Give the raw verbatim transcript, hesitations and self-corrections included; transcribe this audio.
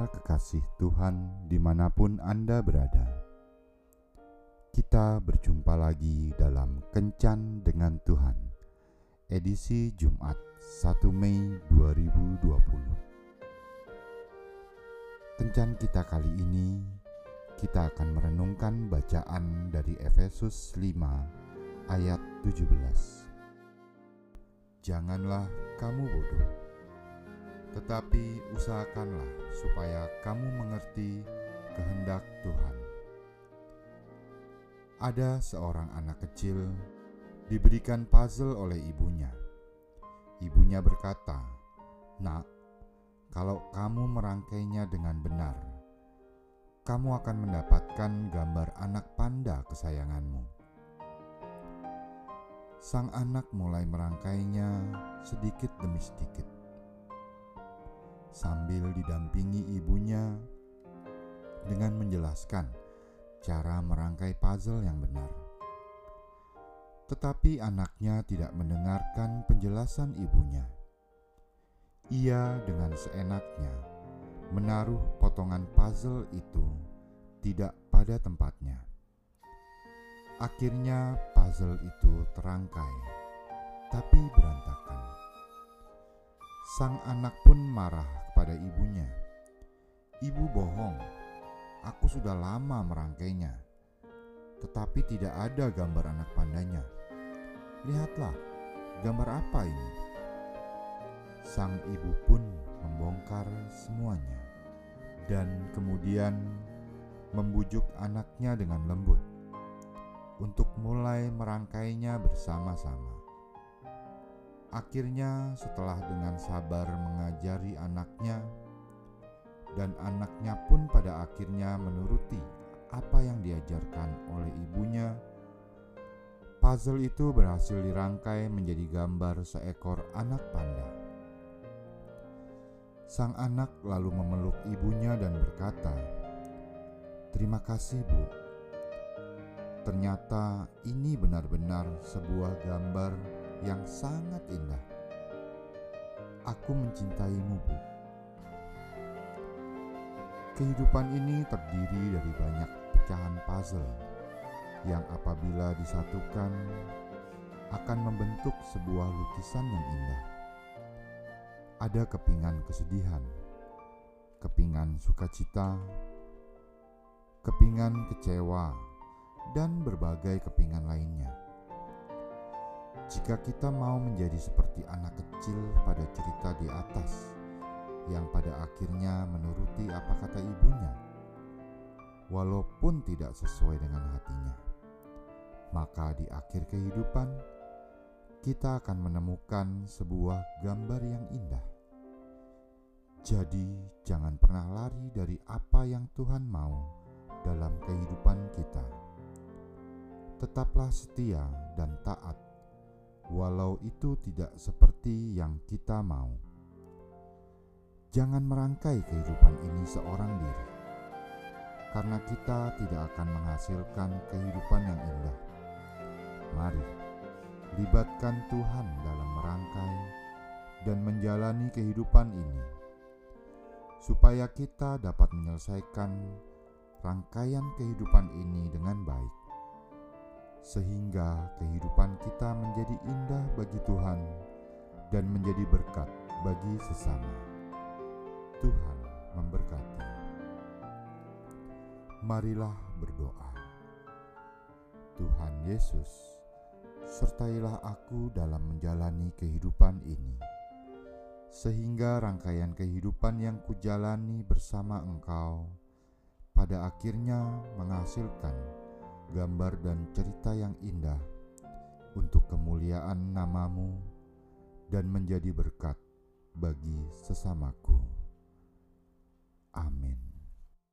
Para kekasih Tuhan dimanapun Anda berada, kita berjumpa lagi dalam Kencan dengan Tuhan, edisi Jumat satu Mei dua ribu dua puluh. Kencan kita kali ini, kita akan merenungkan bacaan dari Efesus lima ayat tujuh belas. Janganlah kamu bodoh, tetapi usahakanlah supaya kamu mengerti kehendak Tuhan. Ada seorang anak kecil diberikan puzzle oleh ibunya. Ibunya berkata, "Nak, kalau kamu merangkainya dengan benar, kamu akan mendapatkan gambar anak panda kesayanganmu." Sang anak mulai merangkainya sedikit demi sedikit, sambil didampingi ibunya dengan menjelaskan cara merangkai puzzle yang benar. Tetapi anaknya tidak mendengarkan penjelasan ibunya. Ia dengan seenaknya menaruh potongan puzzle itu tidak pada tempatnya. Akhirnya puzzle itu terangkai, tapi berantakan. Sang anak pun marah kepada ibunya. "Ibu bohong, aku sudah lama merangkainya, tetapi tidak ada gambar anak pandanya. Lihatlah, gambar apa ini?" Sang ibu pun membongkar semuanya dan kemudian membujuk anaknya dengan lembut untuk mulai merangkainya bersama-sama. Akhirnya setelah dengan sabar mengajari anaknya, dan anaknya pun pada akhirnya menuruti apa yang diajarkan oleh ibunya, puzzle itu berhasil dirangkai menjadi gambar seekor anak panda. Sang anak lalu memeluk ibunya dan berkata, "Terima kasih, Bu. Ternyata ini benar-benar sebuah gambar yang sangat indah. Aku mencintaimu, Bu." Kehidupan ini terdiri dari banyak pecahan puzzle yang apabila disatukan akan membentuk sebuah lukisan yang indah. Ada kepingan kesedihan, kepingan sukacita, kepingan kecewa, dan berbagai kepingan lainnya. Jika kita mau menjadi seperti anak kecil pada cerita di atas, yang pada akhirnya menuruti apa kata ibunya, walaupun tidak sesuai dengan hatinya, maka di akhir kehidupan kita akan menemukan sebuah gambar yang indah. Jadi jangan pernah lari dari apa yang Tuhan mau dalam kehidupan kita. Tetaplah setia dan taat, walau itu tidak seperti yang kita mau. Jangan merangkai kehidupan ini seorang diri, karena kita tidak akan menghasilkan kehidupan yang indah. Mari, libatkan Tuhan dalam merangkai dan menjalani kehidupan ini, supaya kita dapat menyelesaikan rangkaian kehidupan ini dengan baik, sehingga kehidupan kita menjadi indah bagi Tuhan dan menjadi berkat bagi sesama. Tuhan memberkati. Marilah berdoa. Tuhan Yesus, sertailah aku dalam menjalani kehidupan ini, sehingga rangkaian kehidupan yang kujalani bersama Engkau pada akhirnya menghasilkan gambar dan cerita yang indah untuk kemuliaan nama-Mu dan menjadi berkat bagi sesamaku. Amin.